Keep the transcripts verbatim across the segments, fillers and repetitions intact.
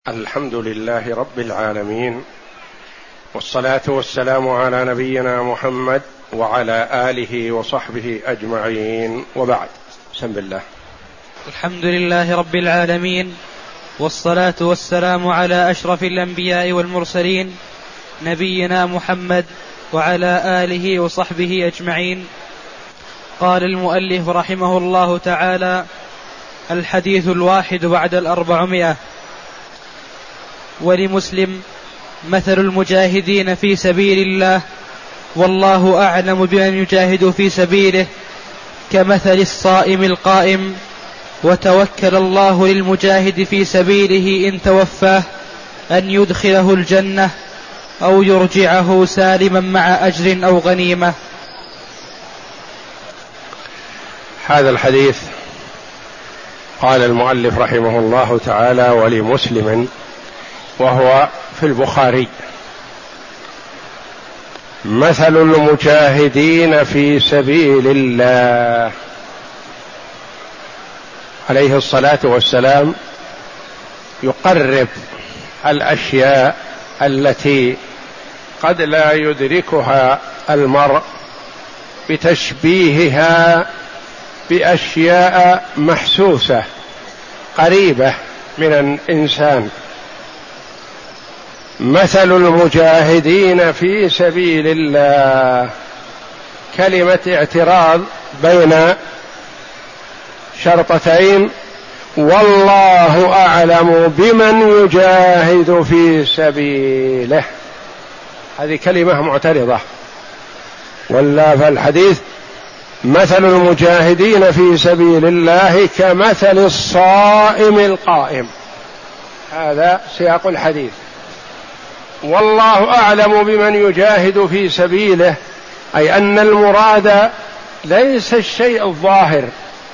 الحمد لله رب العالمين، والصلاة والسلام على نبينا محمد وعلى آله وصحبه أجمعين، وبعد. بسم الله. الحمد لله رب العالمين، والصلاة والسلام على أشرف الأنبياء والمرسلين نبينا محمد وعلى آله وصحبه أجمعين. قال المؤلف رحمه الله تعالى: الحديث الواحد بعد الأربعمائة. ولمسلم: مثل المجاهدين في سبيل الله والله أعلم بمن يجاهد في سبيله كمثل الصائم القائم، وتوكل الله للمجاهد في سبيله إن توفاه أن يدخله الجنة أو يرجعه سالما مع أجر أو غنيمة. هذا الحديث قال المؤلف رحمه الله تعالى: ولمسلم، وهو في البخاري: مثل المجاهدين في سبيل الله. عليه الصلاة والسلام يقرب الأشياء التي قد لا يدركها المرء بتشبيهها بأشياء محسوسة قريبة من الإنسان. مثل المجاهدين في سبيل الله، كلمة اعتراض بين شرطتين: والله أعلم بمن يجاهد في سبيله. هذه كلمة معترضة. ولا في الحديث: مثل المجاهدين في سبيل الله كمثل الصائم القائم. هذا سياق الحديث. والله أعلم بمن يجاهد في سبيله، أي أن المراد ليس الشيء الظاهر.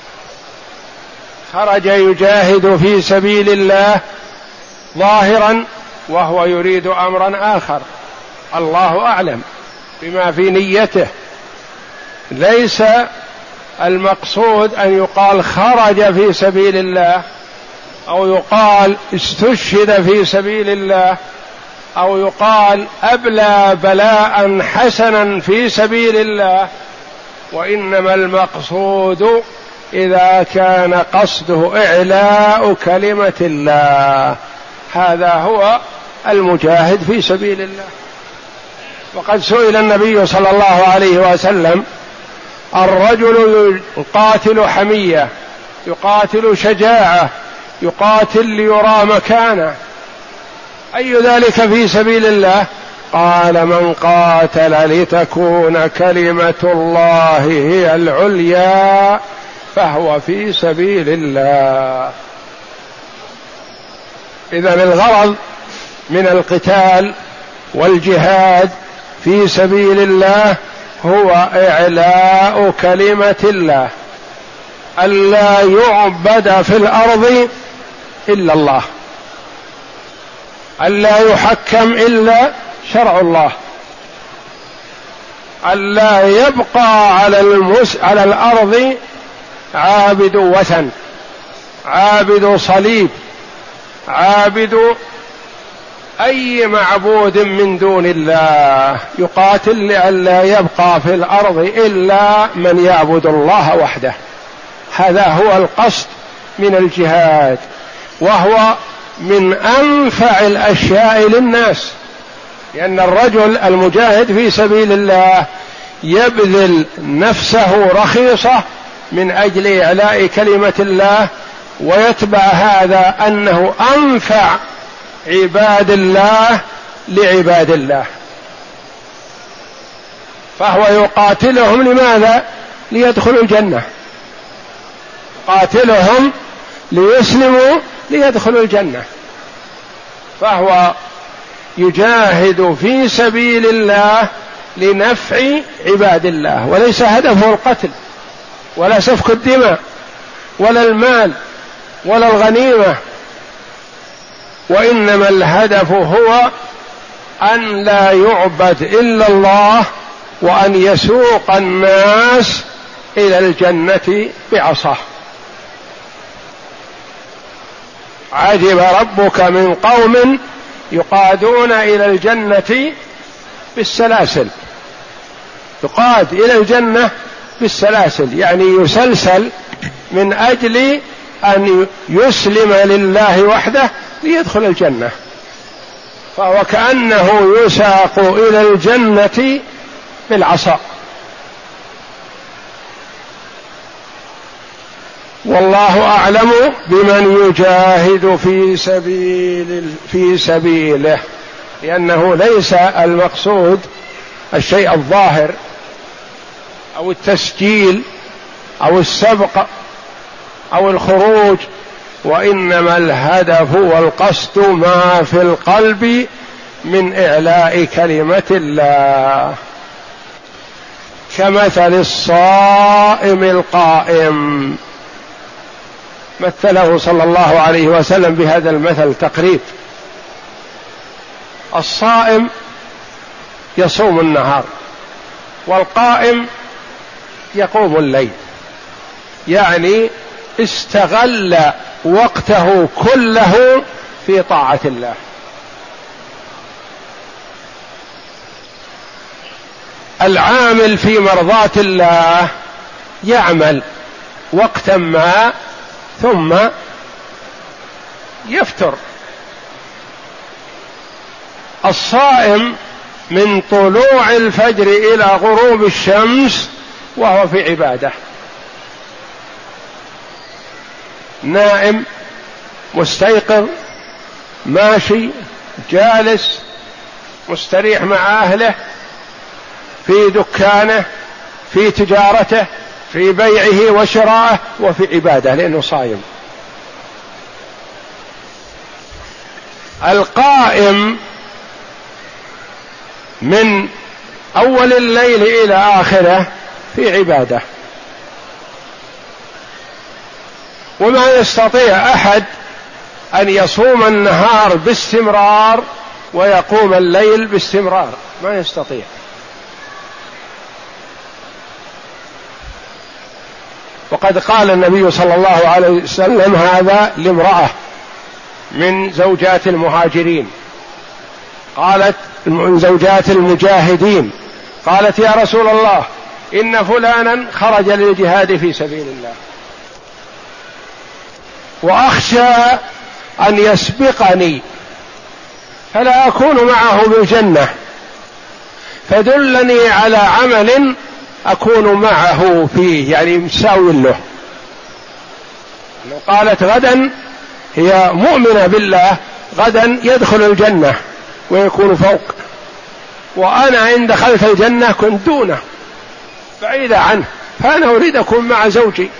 خرج يجاهد في سبيل الله ظاهرا وهو يريد أمرا آخر، الله أعلم بما في نيته. ليس المقصود أن يقال خرج في سبيل الله، أو يقال استشهد في سبيل الله، أو يقال أبلى بلاء حسنا في سبيل الله. وإنما المقصود إذا كان قصده إعلاء كلمة الله، هذا هو المجاهد في سبيل الله. وقد سئل النبي صلى الله عليه وسلم: الرجل يقاتل حمية، يقاتل شجاعة، يقاتل ليرى مكانه، أي ذلك في سبيل الله؟ قال: من قاتل لتكون كلمة الله هي العليا فهو في سبيل الله. إذن الغرض من القتال والجهاد في سبيل الله هو إعلاء كلمة الله، ألا يعبد في الأرض إلا الله، ألا يحكم إلا شرع الله، ألا يبقى على المس على الأرض عابد وثن، عابد صليب، عابد أي معبود من دون الله. يقاتل لئلا يبقى في الأرض إلا من يعبد الله وحده. هذا هو القصد من الجهاد، وهو من أنفع الأشياء للناس، لأن الرجل المجاهد في سبيل الله يبذل نفسه رخيصة من أجل إعلاء كلمة الله، ويتبع هذا أنه أنفع عباد الله لعباد الله، فهو يقاتلهم لماذا؟ ليدخلوا الجنة. قاتلهم ليسلموا ليدخلوا الجنة، فهو يجاهد في سبيل الله لنفع عباد الله، وليس هدفه القتل ولا سفك الدماء ولا المال ولا الغنيمة، وإنما الهدف هو أن لا يعبد إلا الله، وأن يسوق الناس إلى الجنة بعصاه. عجب ربك من قوم يقادون إلى الجنة بالسلاسل، يقاد إلى الجنة بالسلاسل يعني يسلسل من أجل أن يسلم لله وحده ليدخل الجنة، فهو كأنه يساق إلى الجنة بالعصا. والله أعلم بمن يجاهد في سبيل في سبيله، لأنه ليس المقصود الشيء الظاهر أو التسجيل أو السبق أو الخروج، وإنما الهدف والقصد ما في القلب من إعلاء كلمة الله، كمثل الصائم القائم. مثله صلى الله عليه وسلم بهذا المثل تقريب. الصائم يصوم النهار، والقائم يقوم الليل، يعني استغل وقته كله في طاعة الله. العامل في مرضاة الله يعمل وقتا ما ثم يفتر. الصائم من طلوع الفجر إلى غروب الشمس وهو في عبادة، نائم مستيقظ ماشي جالس مستريح مع أهله، في دكانه في تجارته في بيعه وشرائه وفي عبادة لأنه صايم. القائم من أول الليل إلى آخره في عبادة، وما يستطيع أحد أن يصوم النهار باستمرار ويقوم الليل باستمرار، ما يستطيع. وقد قال النبي صلى الله عليه وسلم هذا لامرأة من زوجات المهاجرين، قالت من زوجات المجاهدين، قالت يا رسول الله إن فلانا خرج للجهاد في سبيل الله وأخشى أن يسبقني فلا أكون معه بالجنة، فدلني على عمل أكون معه فيه، يعني مساوي له. قالت غدا، هي مؤمنة بالله، غدا يدخل الجنة ويكون فوق، وأنا إن دخلت الجنة كنت دونه بعيدة عنه، فأنا أريد أكون مع زوجي.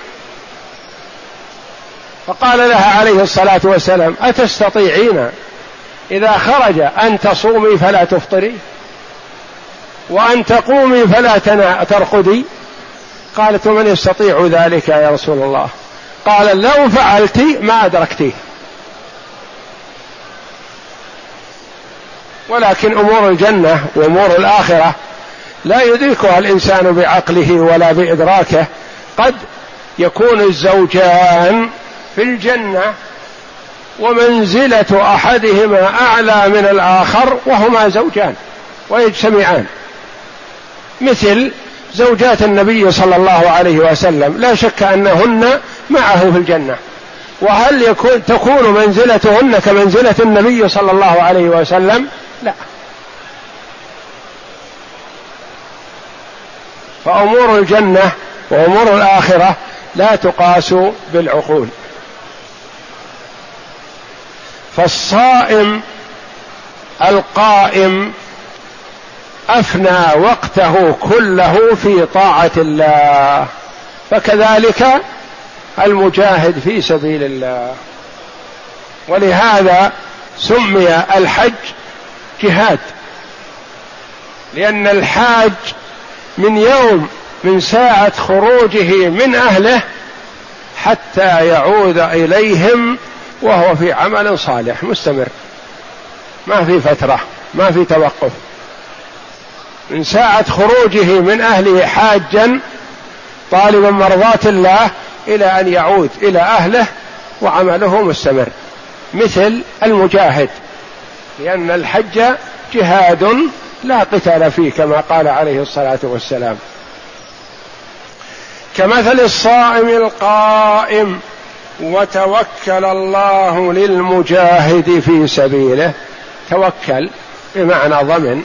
فقال لها عليه الصلاة والسلام أتستطيعين إذا خرج أن تصومي فلا تفطري وأن تقومي فلا ترقدي؟ قالت ومن يستطيع ذلك يا رسول الله؟ قال لو فعلت ما أدركتيه، ولكن أمور الجنة وأمور الآخرة لا يدركها الإنسان بعقله ولا بإدراكه. قد يكون الزوجان في الجنة ومنزلة أحدهما أعلى من الآخر وهما زوجان ويجتمعان، مثل زوجات النبي صلى الله عليه وسلم، لا شك أنهن معه في الجنة. وهل يكون تكون منزلتهن كمنزلة النبي صلى الله عليه وسلم؟ لا. فأمور الجنة وأمور الآخرة لا تقاس بالعقول. فالصائم القائم أفنى وقته كله في طاعة الله، فكذلك المجاهد في سبيل الله. ولهذا سمي الحج جهاد، لأن الحاج من يوم من ساعة خروجه من أهله حتى يعود إليهم وهو في عمل صالح مستمر، ما في فترة ما في توقف، من ساعة خروجه من أهله حاجا طالبا مرضاة الله إلى أن يعود إلى أهله وعمله مستمر. مثل المجاهد، لأن الحج جهاد لا قتال فيه كما قال عليه الصلاة والسلام. كمثل الصائم القائم وتوكل الله للمجاهد في سبيله. توكل بمعنى ضمن،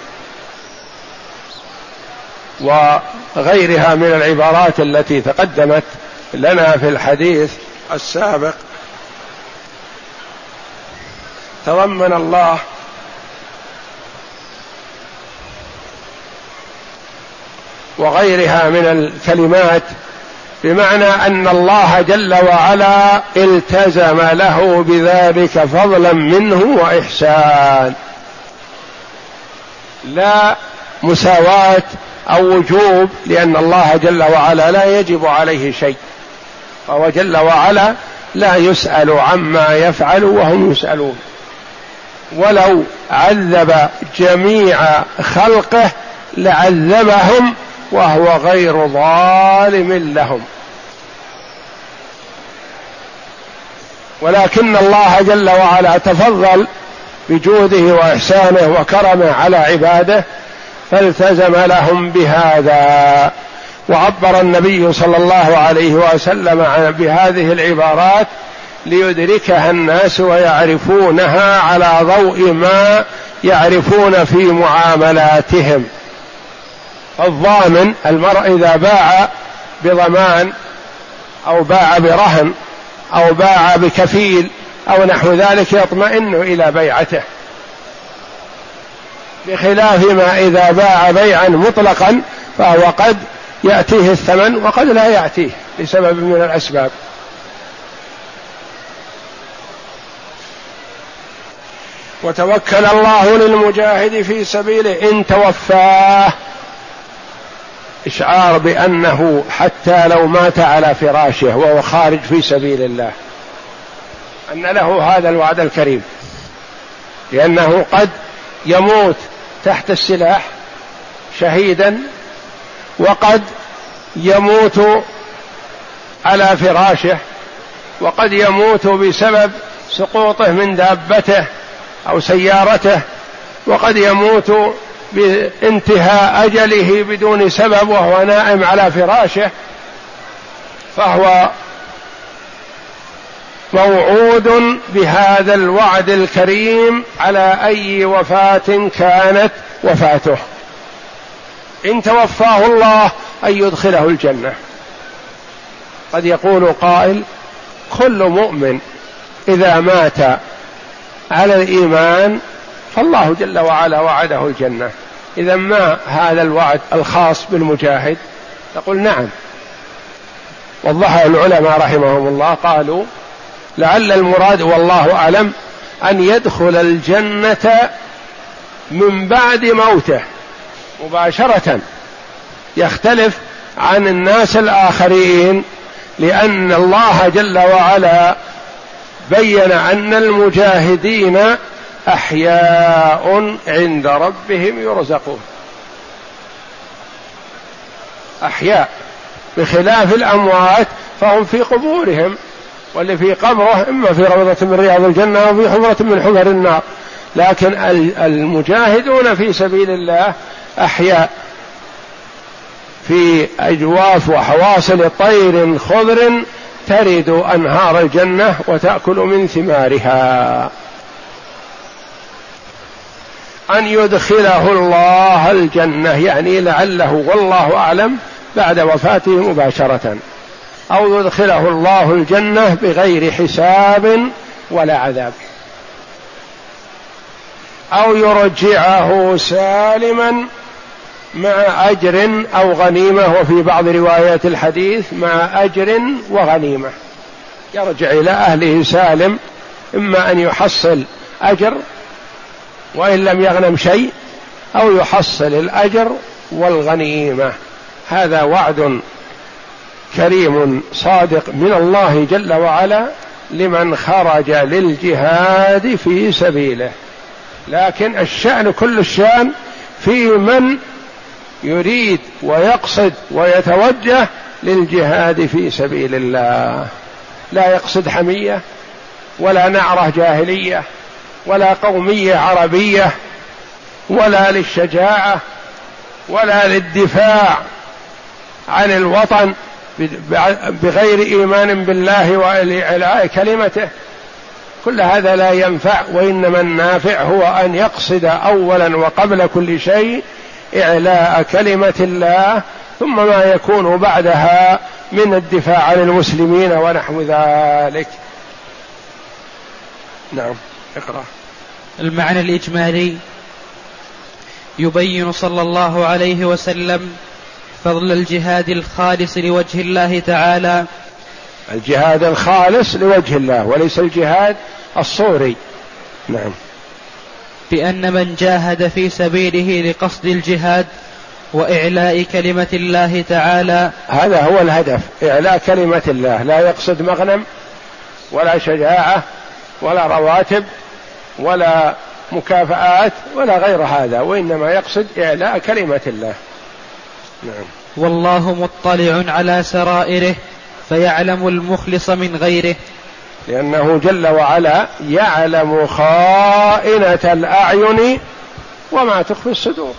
وغيرها من العبارات التي تقدمت لنا في الحديث السابق تضمن الله وغيرها من الكلمات بمعنى أن الله جل وعلا التزم له بذلك فضلا منه وإحسان، لا مساواة أو وجوب، لأن الله جل وعلا لا يجب عليه شيء، فهو جل وعلا لا يسأل عما يفعل وهم يسألون. ولو عذب جميع خلقه لعذبهم وهو غير ظالم لهم، ولكن الله جل وعلا تفضل بجوده وإحسانه وكرمه على عباده فالتزم لهم بهذا. وعبر النبي صلى الله عليه وسلم بهذه العبارات ليدركها الناس ويعرفونها على ضوء ما يعرفون في معاملاتهم. الضامن المرء إذا باع بضمان أو باع برهن أو باع بكفيل أو نحو ذلك يطمئن إلى بيعته، بخلاف ما إذا باع بيعا مطلقا فهو قد يأتيه الثمن وقد لا يأتيه لسبب من الأسباب. وتوكل الله للمجاهد في سبيله إن توفاه، إشعار بأنه حتى لو مات على فراشه وهو خارج في سبيل الله أن له هذا الوعد الكريم، لأنه قد يموت تحت السلاح شهيدا، وقد يموت على فراشه، وقد يموت بسبب سقوطه من دابته أو سيارته، وقد يموت بانتهاء أجله بدون سبب وهو نائم على فراشه، فهو موعود بهذا الوعد الكريم على أي وفاة كانت وفاته. إن توفاه الله أن يدخله الجنة. قد يقول قائل: كل مؤمن إذا مات على الإيمان فالله جل وعلا وعده الجنة، إذا ما هذا الوعد الخاص بالمجاهد؟ نقول نعم. وضحه العلماء رحمهم الله، قالوا: لعل المراد والله أعلم أن يدخل الجنة من بعد موته مباشرة، يختلف عن الناس الآخرين، لأن الله جل وعلا بين أن المجاهدين أحياء عند ربهم يرزقون، أحياء، بخلاف الأموات فهم في قبورهم، واللي في قبره إما في روضة من رياض الجنة أو في حفرة من حفر النار، لكن المجاهدون في سبيل الله أحياء في أجواف وحواصل طير خضر ترد أنهار الجنة وتأكل من ثمارها. أن يدخله الله الجنة يعني لعله والله أعلم بعد وفاته مباشرة، أو يدخله الله الجنة بغير حساب ولا عذاب، أو يرجعه سالما مع أجر أو غنيمة، وفي بعض روايات الحديث مع أجر وغنيمة، يرجع إلى أهله سالم، إما أن يحصل أجر وإن لم يغنم شيء، أو يحصل الأجر والغنيمة. هذا وعد كريم صادق من الله جل وعلا لمن خرج للجهاد في سبيله، لكن الشأن كل الشأن في من يريد ويقصد ويتوجه للجهاد في سبيل الله، لا يقصد حمية ولا نعرة جاهلية ولا قومية عربية ولا للشجاعة ولا للدفاع عن الوطن بغير إيمان بالله وإعلاء كلمته، كل هذا لا ينفع، وإنما النافع هو أن يقصد أولا وقبل كل شيء إعلاء كلمة الله، ثم ما يكون بعدها من الدفاع عن المسلمين ونحو ذلك. نعم، اقرأ. المعنى الإجمالي: يبين صلى الله عليه وسلم فضل الجهاد الخالص لوجه الله تعالى، الجهاد الخالص لوجه الله وليس الجهاد الصوري. نعم. بأن من جاهد في سبيله لقصد الجهاد وإعلاء كلمة الله تعالى، هذا هو الهدف، إعلاء كلمة الله، لا يقصد مغنم ولا شجاعة ولا رواتب ولا مكافآت ولا غير هذا، وإنما يقصد إعلاء كلمة الله. نعم. والله مطلع على سرائره فيعلم المخلص من غيره، لأنه جل وعلا يعلم خائنة الأعين وما تخفي الصدور.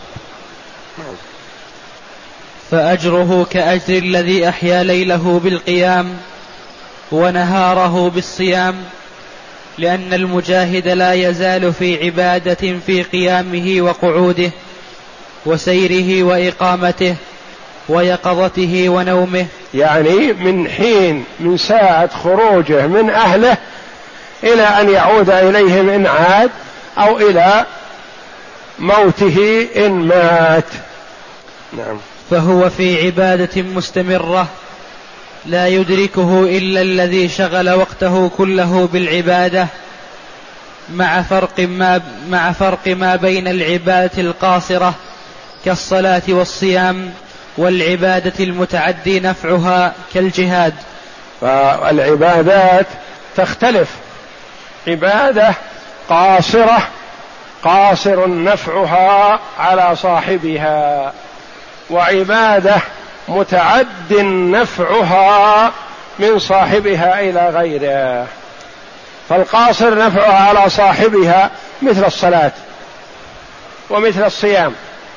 فأجره كأجر الذي أحيا ليله بالقيام ونهاره بالصيام، لأن المجاهد لا يزال في عبادة في قيامه وقعوده وسيره وإقامته ويقظته ونومه، يعني من حين من ساعة خروجه من أهله إلى أن يعود إليهم إن عاد، أو إلى موته إن مات. نعم. فهو في عبادة مستمرة لا يدركه إلا الذي شغل وقته كله بالعبادة، مع فرق ما, مع فرق ما بين العبادة القاصرة كالصلاة والصيام والعبادة المتعدي نفعها كالجهاد. فالعبادات تختلف، عبادة قاصرة قاصر نفعها على صاحبها، وعبادة متعد نفعها من صاحبها إلى غيره. فالقاصر نفعها على صاحبها مثل الصلاة ومثل الصيام،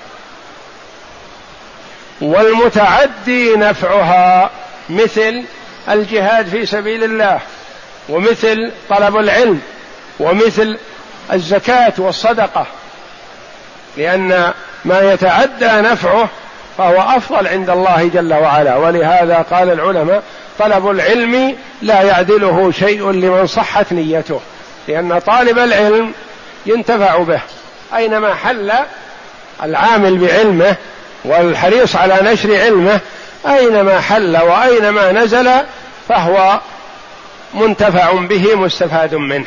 والمتعدي نفعها مثل الجهاد في سبيل الله ومثل طلب العلم ومثل الزكاة والصدقة، لأن ما يتعدى نفعه فهو أفضل عند الله جل وعلا. ولهذا قال العلماء: طلب العلم لا يعدله شيء لمن صحت نيته، لأن طالب العلم ينتفع به أينما حل، العامل بعلمه والحريص على نشر علمه أينما حل وأينما نزل فهو منتفع به مستفاد منه.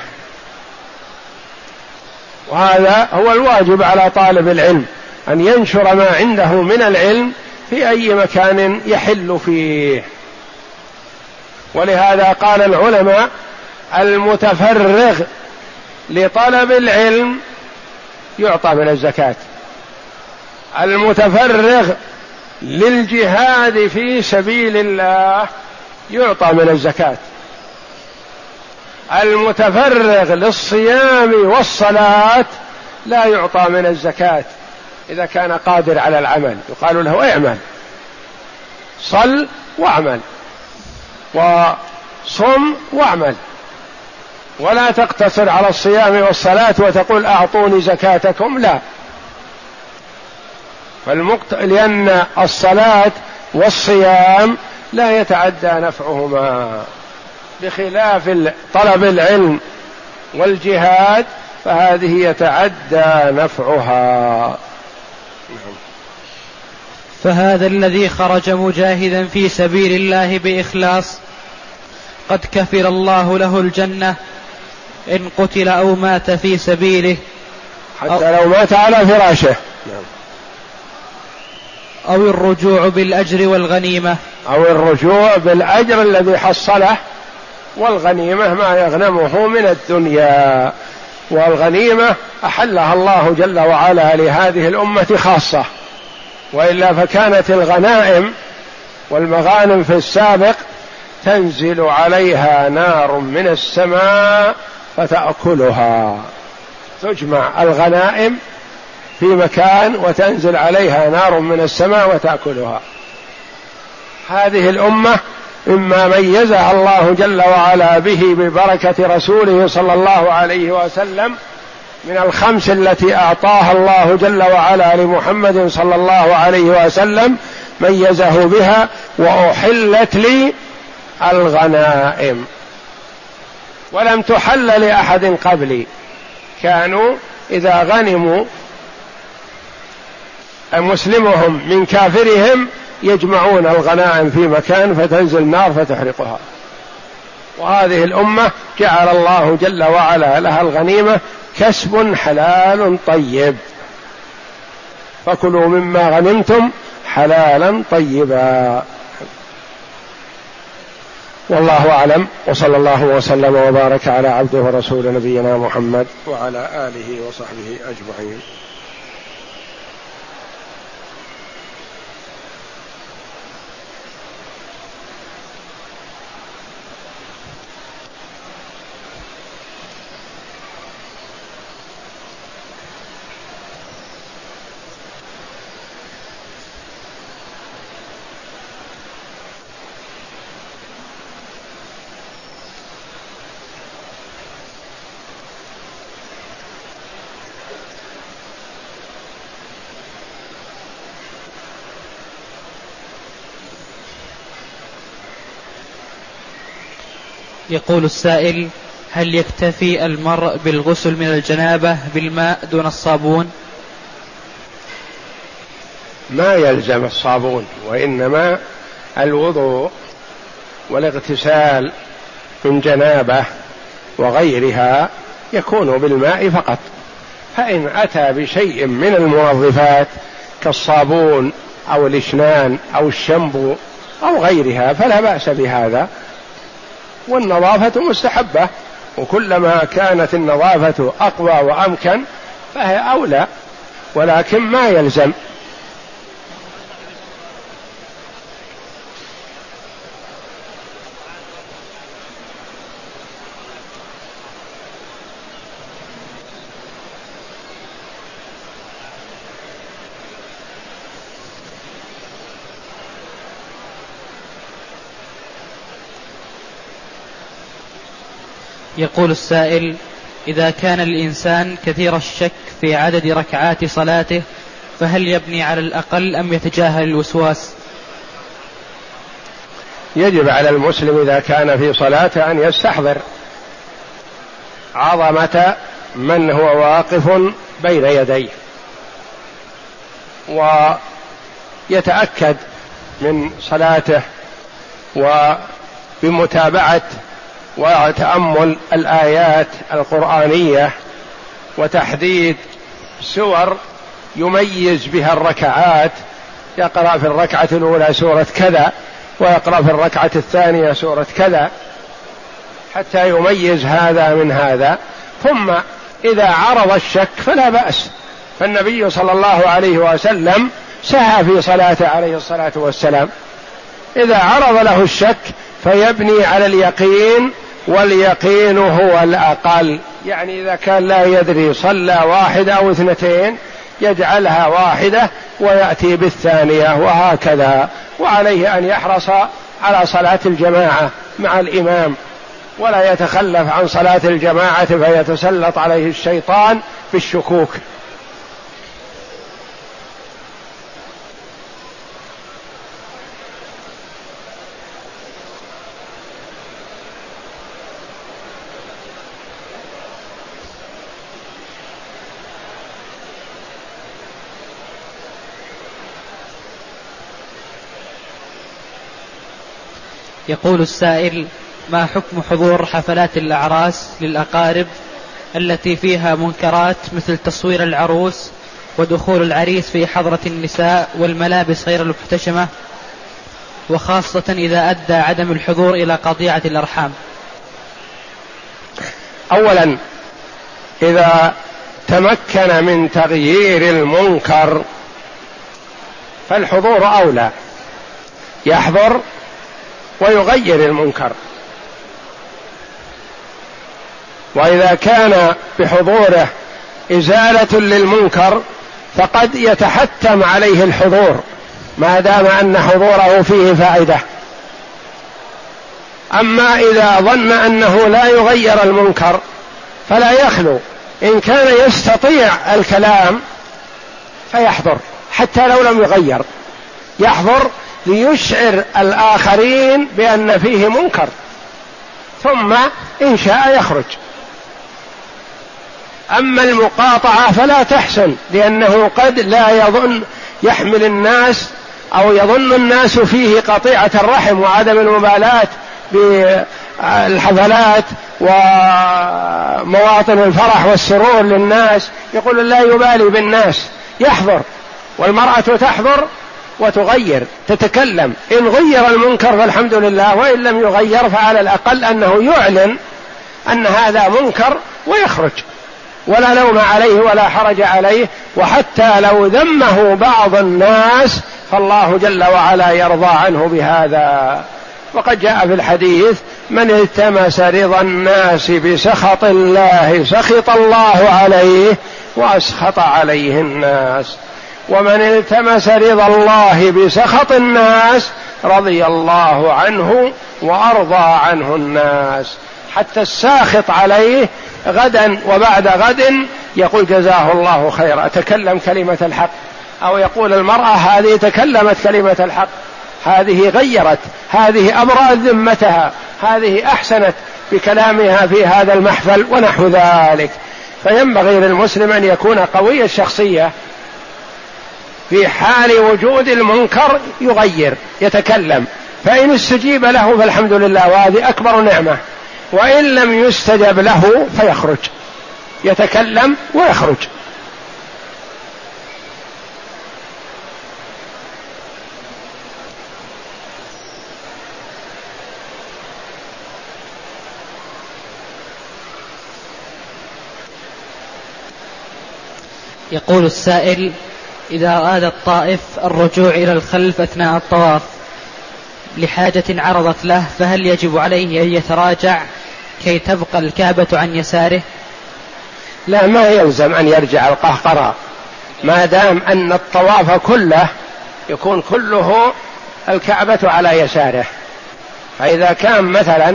وهذا هو الواجب على طالب العلم، أن ينشر ما عنده من العلم في أي مكان يحل فيه. ولهذا قال العلماء: المتفرغ لطلب العلم يعطى من الزكاة، المتفرغ للجهاد في سبيل الله يعطى من الزكاة، المتفرغ للصيام والصلاة لا يعطى من الزكاة إذا كان قادر على العمل، يقال له: اعمل، صل واعمل وصم واعمل، ولا تقتصر على الصيام والصلاة وتقول أعطوني زكاتكم، لا. فالمقت... لأن الصلاة والصيام لا يتعدى نفعهما، بخلاف طلب العلم والجهاد فهذه يتعدى نفعها. فهذا الذي خرج مجاهدا في سبيل الله بإخلاص قد كفل الله له الجنة إن قتل أو مات في سبيله، حتى لو مات على فراشه، أو الرجوع بالأجر والغنيمة، أو الرجوع بالأجر الذي حصله، والغنيمة ما يغنمه من الدنيا. والغنيمة أحلها الله جل وعلا لهذه الأمة خاصة، وإلا فكانت الغنائم والمغانم في السابق تنزل عليها نار من السماء فتأكلها. تجمع الغنائم في مكان وتنزل عليها نار من السماء وتأكلها. هذه الأمة مما ميزها الله جل وعلا به ببركة رسوله صلى الله عليه وسلم من الخمس التي أعطاها الله جل وعلا لمحمد صلى الله عليه وسلم، ميزه بها: وأحلت لي الغنائم، ولم تحل لأحد قبلي. كانوا إذا غنموا مسلمهم من كافرهم يجمعون الغنائم في مكان فتنزل نار فتحرقها. وهذه الأمة جعل الله جل وعلا لها الغنيمة كسب حلال طيب، فكلوا مما غنمتم حلالا طيبا. والله أعلم، وصلى الله وسلم وبارك على عبده ورسول نبينا محمد وعلى آله وصحبه أجمعين. يقول السائل: هل يكتفي المرء بالغسل من الجنابة بالماء دون الصابون؟ ما يلزم الصابون، وإنما الوضوء والاغتسال من جنابة وغيرها يكون بالماء فقط. فإن أتى بشيء من المنظفات كالصابون أو الإشنان أو الشامبو أو غيرها فلا بأس بهذا، والنظافة مستحبة، وكلما كانت النظافة أقوى وأمكن فهي أولى، ولكن ما يلزم. يقول السائل: إذا كان الإنسان كثير الشك في عدد ركعات صلاته فهل يبني على الأقل أم يتجاهل الوسواس؟ يجب على المسلم إذا كان في صلاته أن يستحضر عظمة من هو واقف بين يديه، ويتأكد من صلاته وبمتابعة وتأمل الآيات القرآنية وتحديد سور يميز بها الركعات، يقرأ في الركعة الأولى سورة كذا ويقرأ في الركعة الثانية سورة كذا حتى يميز هذا من هذا. ثم إذا عرض الشك فلا بأس، فالنبي صلى الله عليه وسلم سعى في صلاته عليه الصلاة والسلام. إذا عرض له الشك فيبني على اليقين، واليقين هو الأقل. يعني إذا كان لا يدري صلى واحدة أو اثنتين يجعلها واحدة ويأتي بالثانية وهكذا. وعليه أن يحرص على صلاة الجماعة مع الإمام، ولا يتخلف عن صلاة الجماعة فيتسلط عليه الشيطان بالشكوك. يقول السائل: ما حكم حضور حفلات الأعراس للأقارب التي فيها منكرات مثل تصوير العروس ودخول العريس في حضرة النساء والملابس غير المحتشمة، وخاصة إذا أدى عدم الحضور إلى قطيعة الأرحام؟ أولا، إذا تمكن من تغيير المنكر فالحضور أولى، يحضر ويغير المنكر. وإذا كان بحضوره إزالة للمنكر فقد يتحتم عليه الحضور ما دام أن حضوره فيه فائدة. أما إذا ظن أنه لا يغير المنكر فلا يخلو، إن كان يستطيع الكلام فيحضر حتى لو لم يغير، يحضر ليشعر الآخرين بأن فيه منكر، ثم إن شاء يخرج. أما المقاطعة فلا تحسن، لأنه قد لا يظن يحمل الناس أو يظن الناس فيه قطيعة الرحم وعدم المبالاة بالحفلات ومواطن الفرح والسرور للناس، يقول لا يبالي بالناس، يحضر. والمرأة تحضر وتغير، تتكلم، إن غير المنكر فالحمد لله، وإن لم يغير فعلى الأقل أنه يعلن أن هذا منكر ويخرج، ولا لوم عليه ولا حرج عليه. وحتى لو ذمه بعض الناس فالله جل وعلا يرضى عنه بهذا. وقد جاء في الحديث: من التمس رضا الناس بسخط الله سخط الله عليه وأسخط عليه الناس، ومن التمس رضا الله بسخط الناس رضي الله عنه وأرضى عنه الناس. حتى الساخط عليه غدا وبعد غد يقول جزاه الله خيرا، تكلم كلمة الحق، أو يقول المرأة هذه تكلمت كلمة الحق، هذه غيرت، هذه أبرأت ذمتها، هذه أحسنت بكلامها في هذا المحفل ونحو ذلك. فينبغي للمسلم أن يكون قوي الشخصية، في حال وجود المنكر يغير، يتكلم، فإن استجيب له فالحمد لله وهذه أكبر نعمة، وإن لم يستجب له فيخرج، يتكلم ويخرج. يقول السائل: إذا أراد الطائف الرجوع إلى الخلف أثناء الطواف لحاجة عرضت له، فهل يجب عليه أن يتراجع كي تبقى الكعبة عن يساره؟ لا، ما يلزم أن يرجع القهقرة، ما دام أن الطواف كله يكون كله الكعبة على يساره. فإذا كان مثلا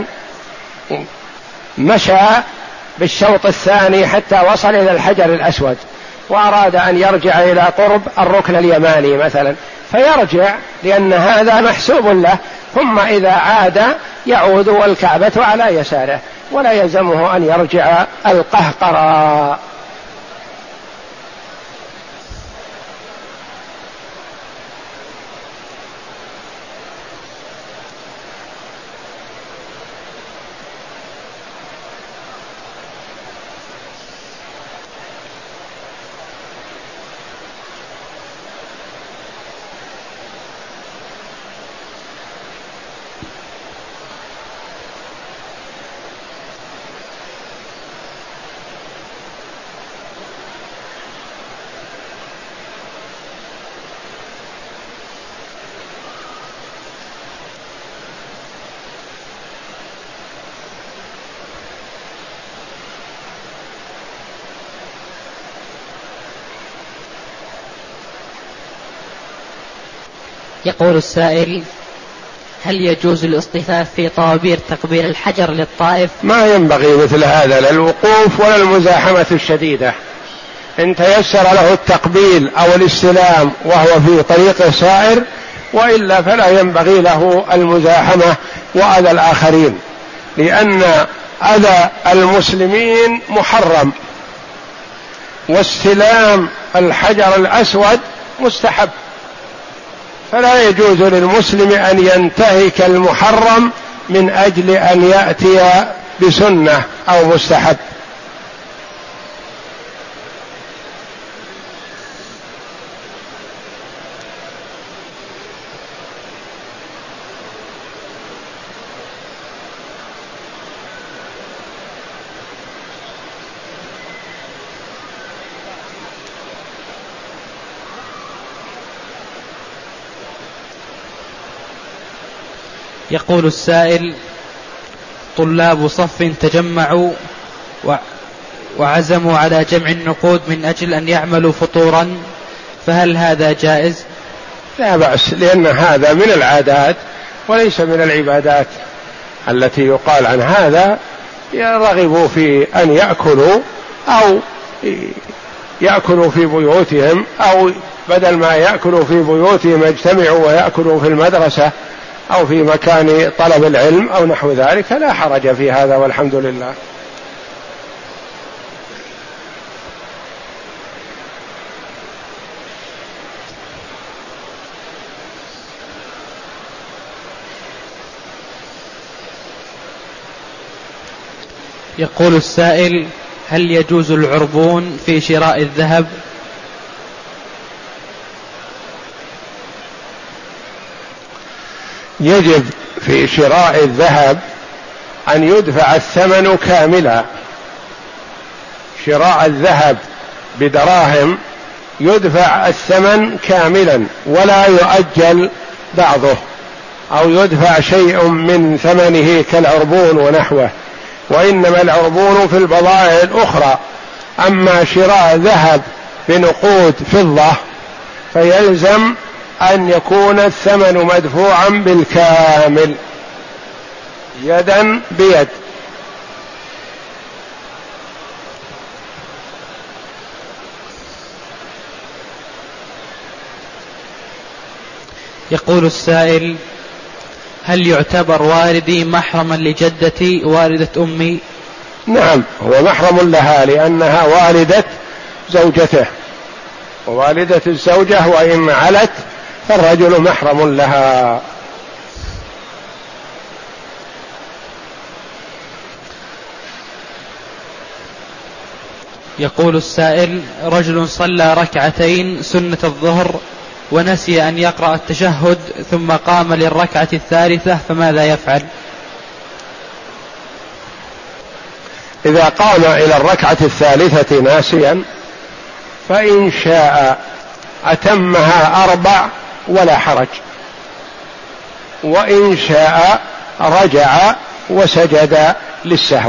مشى بالشوط الثاني حتى وصل إلى الحجر الأسود وأراد أن يرجع إلى قرب الركن اليماني مثلا، فيرجع لأن هذا محسوب له، ثم إذا عاد يعود والكعبة على يساره، ولا يلزمه أن يرجع القهقرى. يقول السائل: هل يجوز الاصطفاف في طوابير تقبيل الحجر للطائف؟ ما ينبغي مثل هذا، لا الوقوف ولا المزاحمة الشديدة. إن تيسر له التقبيل أو الاستلام وهو في طريق سائر، وإلا فلا ينبغي له المزاحمة وأذى الآخرين، لأن أذى المسلمين محرم، واستلام الحجر الأسود مستحب، فلا يجوز للمسلم أن ينتهك المحرم من أجل أن يأتي بسنة أو مستحب. يقول السائل: طلاب صف تجمعوا وعزموا على جمع النقود من أجل أن يعملوا فطورا، فهل هذا جائز؟ لا بأس، لأن هذا من العادات وليس من العبادات التي يقال عن هذا يرغبوا في أن يأكلوا أو يأكلوا في بيوتهم، أو بدل ما يأكلوا في بيوتهم يجتمعوا ويأكلوا في المدرسة أو في مكان طلب العلم أو نحو ذلك، لا حرج في هذا والحمد لله. يقول السائل: هل يجوز العربون في شراء الذهب؟ يجب في شراء الذهب أن يدفع الثمن كاملا. شراء الذهب بدراهم يدفع الثمن كاملا ولا يؤجل بعضه، أو يدفع شيء من ثمنه كالعربون ونحوه، وإنما العربون في البضائع الأخرى. أما شراء ذهب بنقود فضة فيلزم أن يكون الثمن مدفوعا بالكامل يدا بيد. يقول السائل: هل يعتبر والدي محرما لجدتي والدة أمي؟ نعم، هو محرم لها لأنها والدة زوجته، ووالدة الزوجة وإن علت فالرجل محرم لها. يقول السائل: رجل صلى ركعتين سنة الظهر ونسي أن يقرأ التشهد ثم قام للركعة الثالثة، فماذا يفعل؟ إذا قام إلى الركعة الثالثة ناسيا فإن شاء أتمها أربع ولا حرج، وإن شاء رجع وسجد للسهو.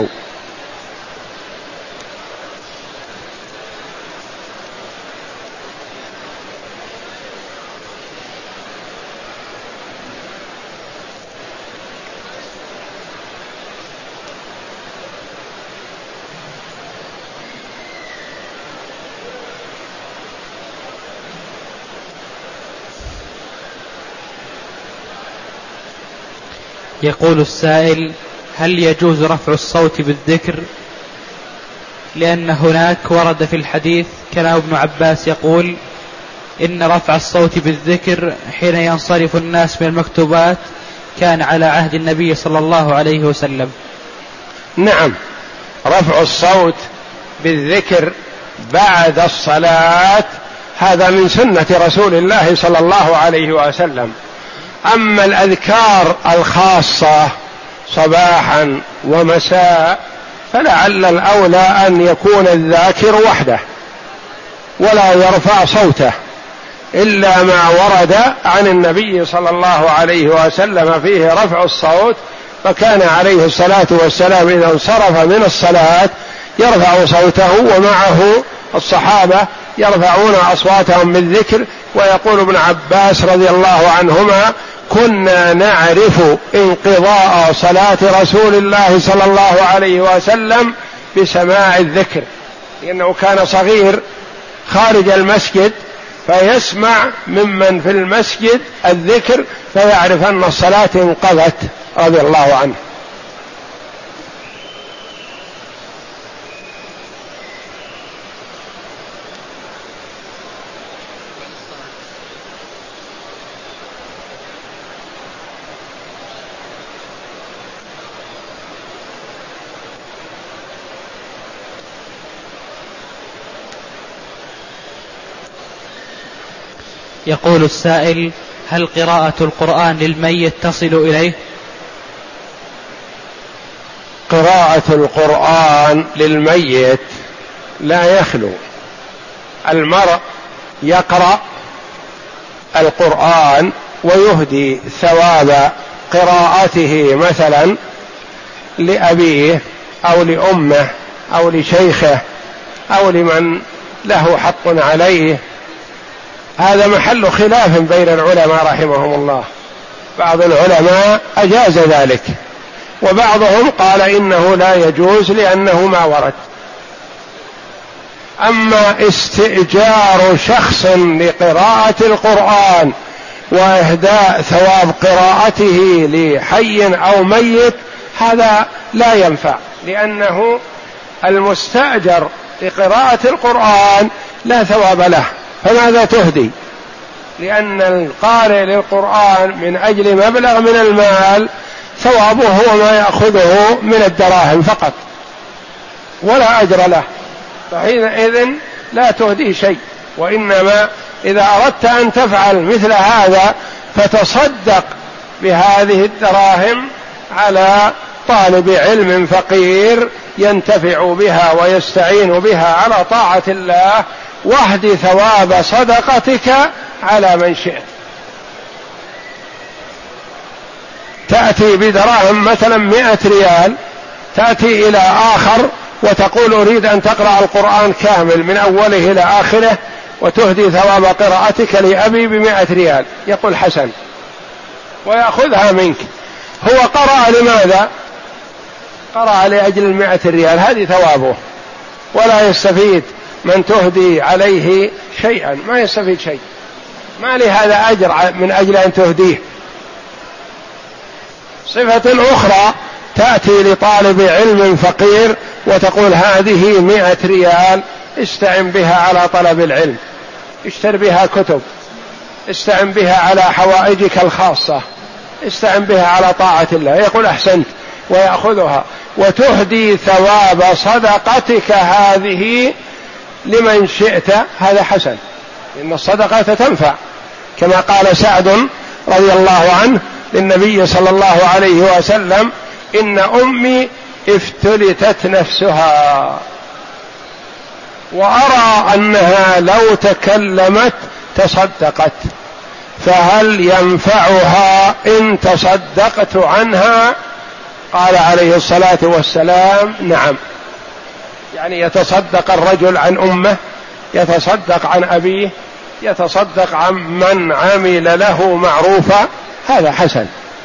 يقول السائل: هل يجوز رفع الصوت بالذكر؟ لأن هناك ورد في الحديث كلام ابن عباس يقول: إن رفع الصوت بالذكر حين ينصرف الناس من المكتوبات كان على عهد النبي صلى الله عليه وسلم. نعم، رفع الصوت بالذكر بعد الصلاة هذا من سنة رسول الله صلى الله عليه وسلم. أما الأذكار الخاصة صباحا ومساء فلعل الأولى أن يكون الذاكر وحده ولا يرفع صوته، إلا ما ورد عن النبي صلى الله عليه وسلم فيه رفع الصوت، فكان عليه الصلاة والسلام إذا انصرف من الصلاة يرفع صوته ومعه الصحابة يرفعون أصواتهم بالذكر. ويقول ابن عباس رضي الله عنهما: كنا نعرف انقضاء صلاة رسول الله صلى الله عليه وسلم بسماع الذكر، لأنه كان صغير خارج المسجد فيسمع ممن في المسجد الذكر فيعرف أن الصلاة انقضت رضي الله عنه. يقول السائل: هل قراءة القرآن للميت تصل إليه؟ قراءة القرآن للميت لا يخلو، المرء يقرأ القرآن ويهدي ثواب قراءته مثلا لأبيه أو لأمه أو لشيخه أو لمن له حق عليه، هذا محل خلاف بين العلماء رحمهم الله. بعض العلماء أجاز ذلك، وبعضهم قال إنه لا يجوز لأنه ما ورد. أما استئجار شخص لقراءة القرآن وإهداء ثواب قراءته لحي أو ميت، هذا لا ينفع، لأنه المستأجر لقراءة القرآن لا ثواب له، فماذا تهدي؟ لأن القارئ للقرآن من أجل مبلغ من المال ثوابه هو ما يأخذه من الدراهم فقط ولا أجر له، فحينئذ لا تهدي شيء. وإنما إذا أردت أن تفعل مثل هذا فتصدق بهذه الدراهم على طالب علم فقير ينتفع بها ويستعين بها على طاعة الله، واهد ثواب صدقتك على من شئت. تأتي بدراهم مثلا مئة ريال، تأتي إلى آخر وتقول أريد أن تقرأ القرآن كامل من أوله إلى آخره وتهدي ثواب قراءتك لأبي بمئة ريال، يقول حسن ويأخذها منك. هو قرأ لماذا؟ قرأ لأجل المئة ريال، هذه ثوابه، ولا يستفيد من تهدي عليه شيئا، ما يستفيد شيء، ما لهذا أجر من أجل أن تهديه. صفة أخرى، تأتي لطالب علم فقير وتقول هذه مئة ريال استعن بها على طلب العلم، اشتر بها كتب، استعن بها على حوائجك الخاصة، استعن بها على طاعة الله، يقول أحسنت ويأخذها، وتهدي ثواب صدقتك هذه لمن شئت، هذا حسن، إن الصدقة تنفع، كما قال سعد رضي الله عنه للنبي صلى الله عليه وسلم: إن أمي افتلتت نفسها وأرى أنها لو تكلمت تصدقت، فهل ينفعها إن تصدقت عنها؟ قال عليه الصلاة والسلام: نعم. يعني يتصدق الرجل عن أمه، يتصدق عن أبيه، يتصدق عن من عمل له معروفا، هذا حسن.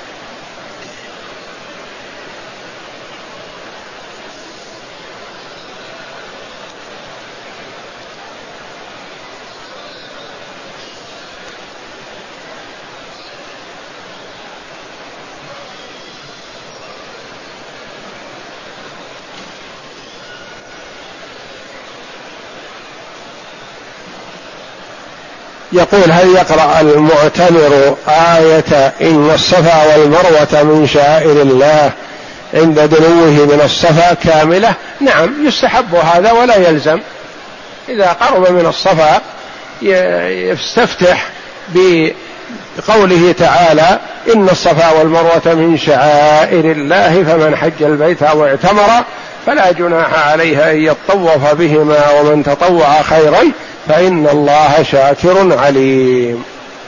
يقول: هل يقرأ المعتمر آية إن الصفا والمروة من شعائر الله عند دنوه من الصفا كاملة؟ نعم، يستحب هذا ولا يلزم. إذا قرب من الصفا يستفتح بقوله تعالى: إن الصفا والمروة من شعائر الله فمن حج البيت أو اعتمر فلا جناح عليه أن يطوف بهما ومن تطوع خيرا فإن الله شاكر عليم.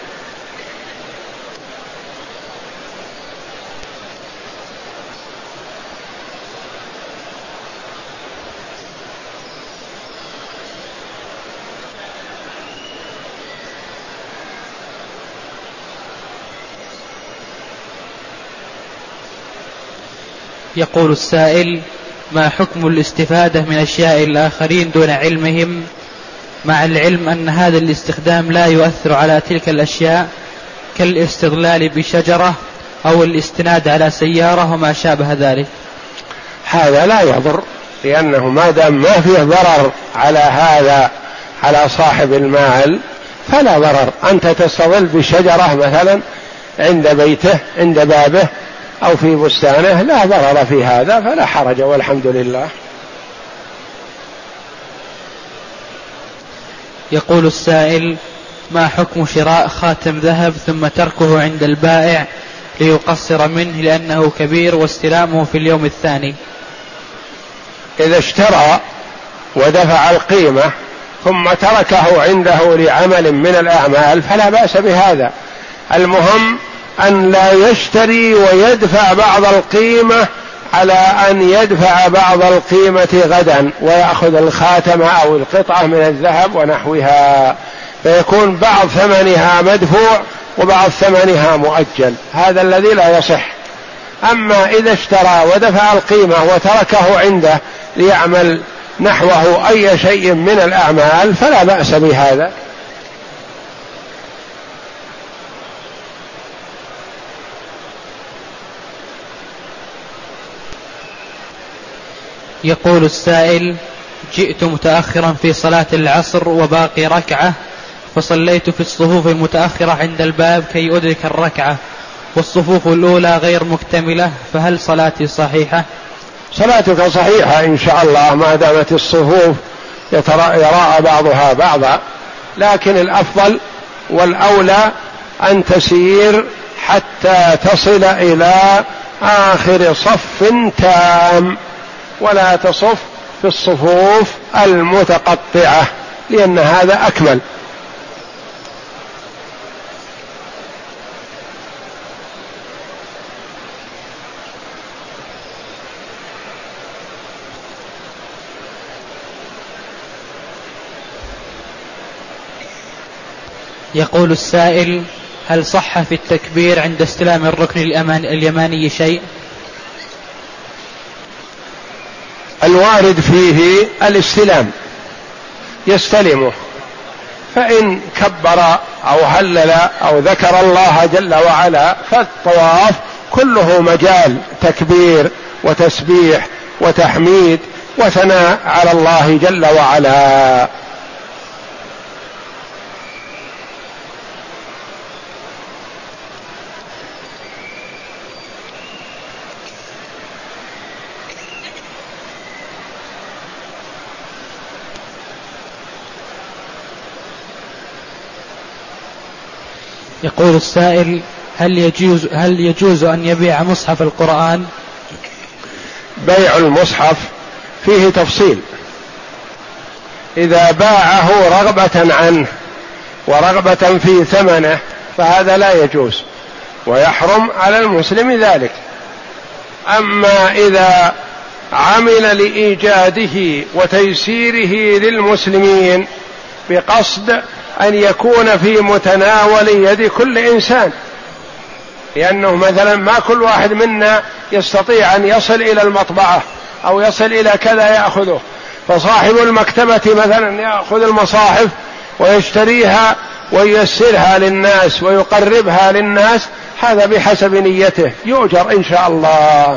يقول السائل: ما حكم الاستفادة من أشياء الآخرين دون علمهم، مع العلم أن هذا الاستخدام لا يؤثر على تلك الأشياء، كالاستظلال بشجرة أو الاستناد على سيارة وما شابه ذلك؟ هذا لا يضر، لأنه ما دام ما فيه ضرر على هذا على صاحب المال فلا ضرر. أنت تستظل بشجرة مثلا عند بيته، عند بابه أو في بستانه، لا ضرر في هذا، فلا حرج والحمد لله. يقول السائل: ما حكم شراء خاتم ذهب ثم تركه عند البائع ليقصر منه لأنه كبير واستلامه في اليوم الثاني؟ إذا اشترى ودفع القيمة ثم تركه عنده لعمل من الأعمال فلا بأس بهذا. المهم أن لا يشتري ويدفع بعض القيمة على أن يدفع بعض القيمة غدا ويأخذ الخاتم أو القطعة من الذهب ونحوها، فيكون بعض ثمنها مدفوع وبعض ثمنها مؤجل، هذا الذي لا يصح. أما إذا اشترى ودفع القيمة وتركه عنده ليعمل نحوه أي شيء من الأعمال فلا بأس بهذا. يقول السائل: جئت متأخرا في صلاة العصر وباقي ركعة، فصليت في الصفوف المتأخرة عند الباب كي أدرك الركعة، والصفوف الأولى غير مكتملة، فهل صلاتي صحيحة؟ صلاتك صحيحة إن شاء الله ما دامت الصفوف يراعى بعضها بعضا، لكن الأفضل والأولى أن تسير حتى تصل إلى آخر صف تام، ولا تصف في الصفوف المتقطعة، لأن هذا أكمل. يقول السائل: هل صح في التكبير عند استلام الركن اليماني شيء؟ الوارد فيه الاستلام، يستلمه، فإن كبر أو هلل أو ذكر الله جل وعلا فالطواف كله مجال تكبير وتسبيح وتحميد وثناء على الله جل وعلا. يقول السائل: هل يجوز هل يجوز أن يبيع مصحف القرآن؟ بيع المصحف فيه تفصيل، إذا باعه رغبة عنه ورغبة في ثمنه فهذا لا يجوز ويحرم على المسلم ذلك. أما إذا عمل لإيجاده وتيسيره للمسلمين بقصد أن يكون في متناول يد كل إنسان، لأنه مثلا ما كل واحد منا يستطيع أن يصل إلى المطبعة أو يصل إلى كذا يأخذه، فصاحب المكتبة مثلا يأخذ المصاحف ويشتريها وييسرها للناس ويقربها للناس، هذا بحسب نيته يؤجر إن شاء الله.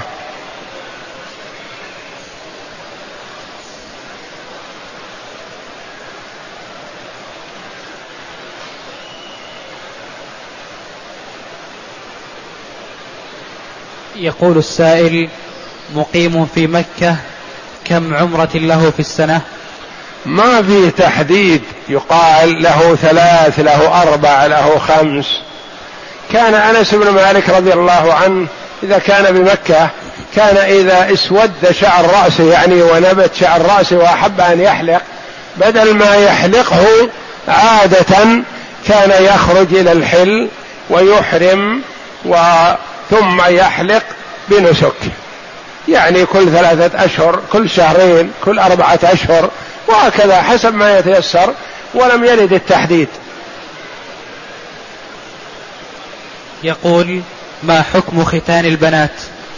يقول السائل: مقيم في مكة، كم عمرة له في السنة؟ ما في تحديد، يقال له ثلاث، له أربع، له خمس. كان أنس بن مالك رضي الله عنه إذا كان بمكة كان إذا اسود شعر رأسه يعني ونبت شعر رأسه وأحب أن يحلق، بدل ما يحلقه عادة كان يخرج إلى الحل ويحرم وثم يحلق بنسك، يعني كل ثلاثة أشهر، كل شهرين، كل أربعة أشهر، وهكذا حسب ما يتيسر، ولم يرد التحديد. يقول: ما حكم ختان البنات؟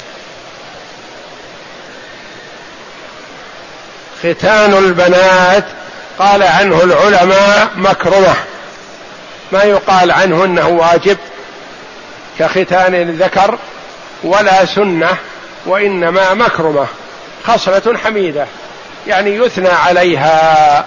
ختان البنات قال عنه العلماء مكروه، ما يقال عنه انه واجب كختان الذكر ولا سنة، وإنما مكرمة، خصلة حميدة يعني يثنى عليها.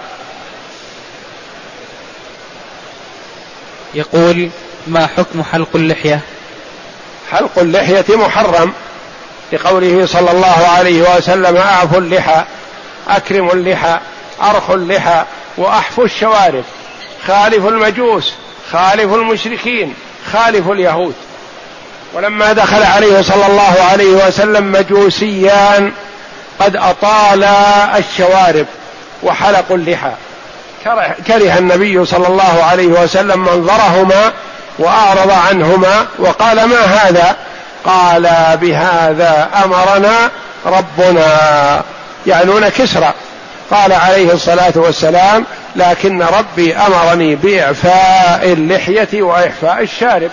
يقول: ما حكم حلق اللحية؟ حلق اللحية محرم لقوله صلى الله عليه وسلم: أعفوا اللحى، أكرموا اللحى، أرخوا اللحى، وأحفوا الشوارب، خالفوا المجوس، خالفوا المشركين، خالفوا اليهود. ولما دخل عليه صلى الله عليه وسلم مجوسيان قد أطالا الشوارب وحلقوا اللحى، كره النبي صلى الله عليه وسلم منظرهما وأعرض عنهما وقال: ما هذا؟ قال: بهذا أمرنا ربنا، يعنون كسرى. قال عليه الصلاة والسلام: لكن ربي أمرني بإعفاء اللحية وإعفاء الشارب.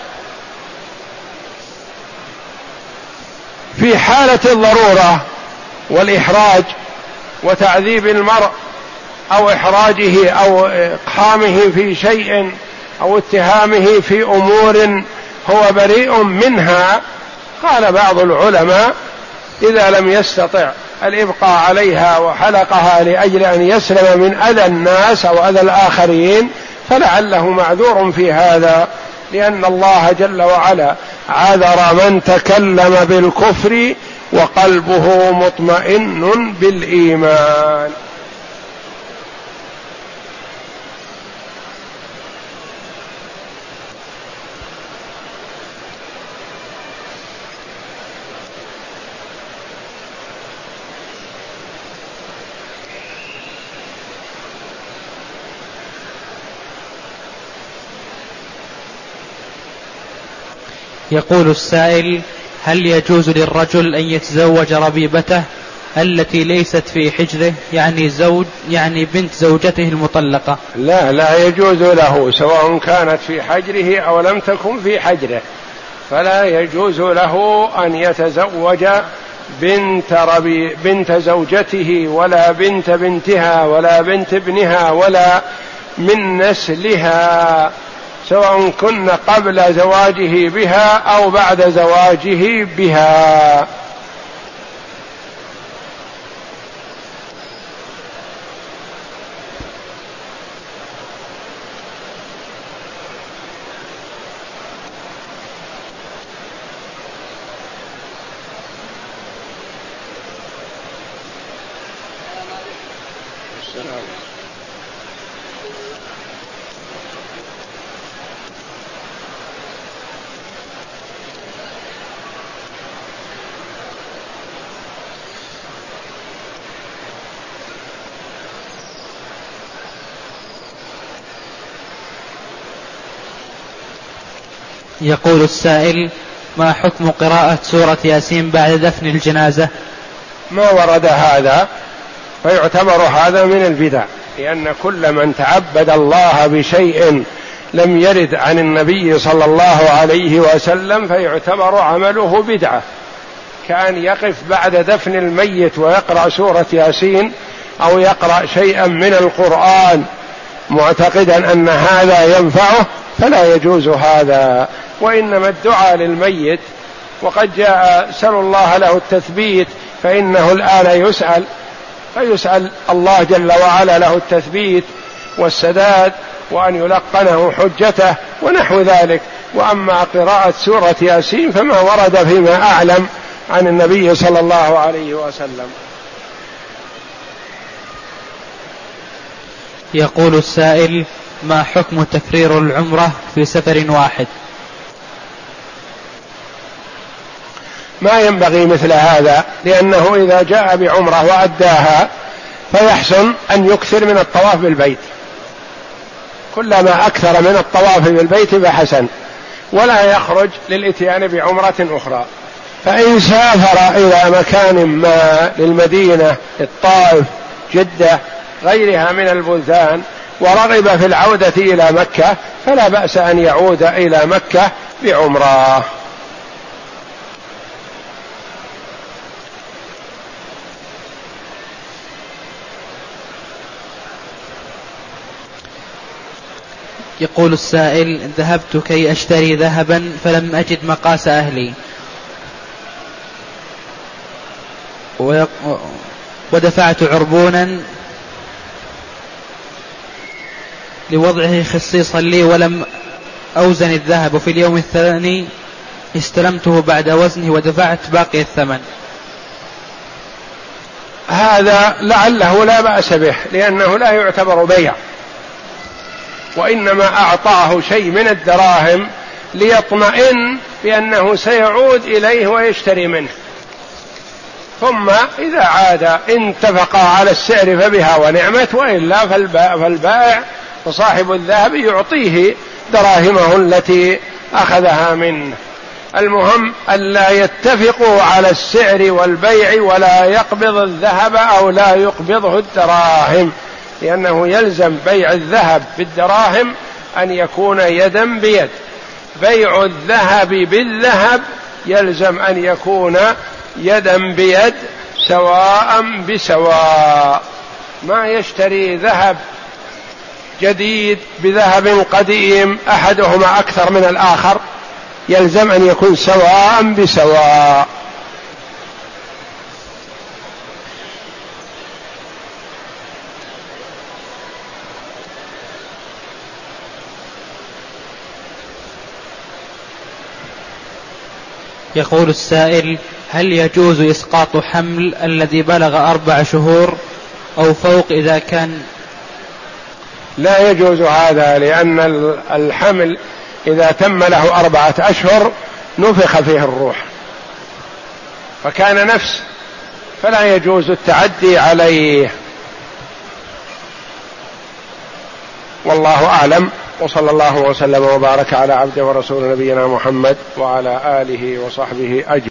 في حالة الضرورة والإحراج وتعذيب المرء أو إحراجه أو إقحامه في شيء أو اتهامه في أمور هو بريء منها، قال بعض العلماء: إذا لم يستطع الإبقاء عليها وحلقها لأجل أن يسلم من أذى الناس أو أذى الآخرين فلعله معذور في هذا، لأن الله جل وعلا عذر من تكلم بالكفر وقلبه مطمئن بالإيمان. يقول السائل: هل يجوز للرجل أن يتزوج ربيبته التي ليست في حجره، يعني زوج يعني بنت زوجته المطلقة؟ لا لا يجوز له، سواء كانت في حجره أو لم تكن في حجره، فلا يجوز له أن يتزوج بنت ربي بنت زوجته ولا بنت بنتها ولا بنت ابنها ولا من نسلها، سواء كن قبل زواجه بها أو بعد زواجه بها. يقول السائل: ما حكم قراءة سورة ياسين بعد دفن الجنازة؟ ما ورد هذا، فيعتبر هذا من البدع، لأن كل من تعبد الله بشيء لم يرد عن النبي صلى الله عليه وسلم فيعتبر عمله بدعة، كأن يقف بعد دفن الميت ويقرأ سورة ياسين أو يقرأ شيئا من القرآن معتقدا أن هذا ينفعه، فلا يجوز هذا. وإنما الدعاء للميت، وقد جاء سأل الله له التثبيت، فإنه الآن يسأل فيسأل الله جل وعلا له التثبيت والسداد وأن يلقنه حجته ونحو ذلك. وأما قراءة سورة ياسين فما ورد فيما أعلم عن النبي صلى الله عليه وسلم. يقول السائل: ما حكم تكرير العمرة في سفر واحد؟ ما ينبغي مثل هذا، لأنه إذا جاء بعمرة وأداها فيحسن أن يكثر من الطواف بالبيت، كلما أكثر من الطواف بالبيت فحسن، ولا يخرج للإتيان بعمرة أخرى. فإن سافر إلى مكان ما للمدينة، الطائف، جدة، غيرها من البلدان، ورغب في العودة إلى مكة فلا بأس أن يعود إلى مكة بعمرة. يقول السائل: ذهبت كي أشتري ذهبا فلم أجد مقاس أهلي ودفعت عربونا لوضعه خصيصا لي ولم أوزن الذهب، وفي اليوم الثاني استلمته بعد وزنه ودفعت باقي الثمن. هذا لعله لا بأس به، لأنه لا يعتبر بيع، وإنما أعطاه شيء من الدراهم ليطمئن بأنه سيعود إليه ويشتري منه، ثم إذا عاد إن اتفقا على السعر فبها ونعمت، وإلا فالبائع فصاحب الذهب يعطيه دراهمه التي أخذها منه. المهم ألا يتفقوا على السعر والبيع ولا يقبض الذهب أو لا يقبضه الدراهم، لأنه يلزم بيع الذهب بالدراهم أن يكون يدا بيد، بيع الذهب بالذهب يلزم أن يكون يدا بيد سواء بسواء. ما يشتري ذهب جديد بذهب قديم أحدهما أكثر من الآخر، يلزم أن يكون سواء بسواء. يقول السائل: هل يجوز إسقاط حمل الذي بلغ أربع شهور أو فوق إذا كان؟ لا يجوز هذا، لأن الحمل إذا تم له أربعة أشهر نفخ فيه الروح فكان نفس، فلا يجوز التعدي عليه. والله أعلم، وصلى الله وسلم وبارك على عبده ورسول نبينا محمد وعلى آله وصحبه أجمعين.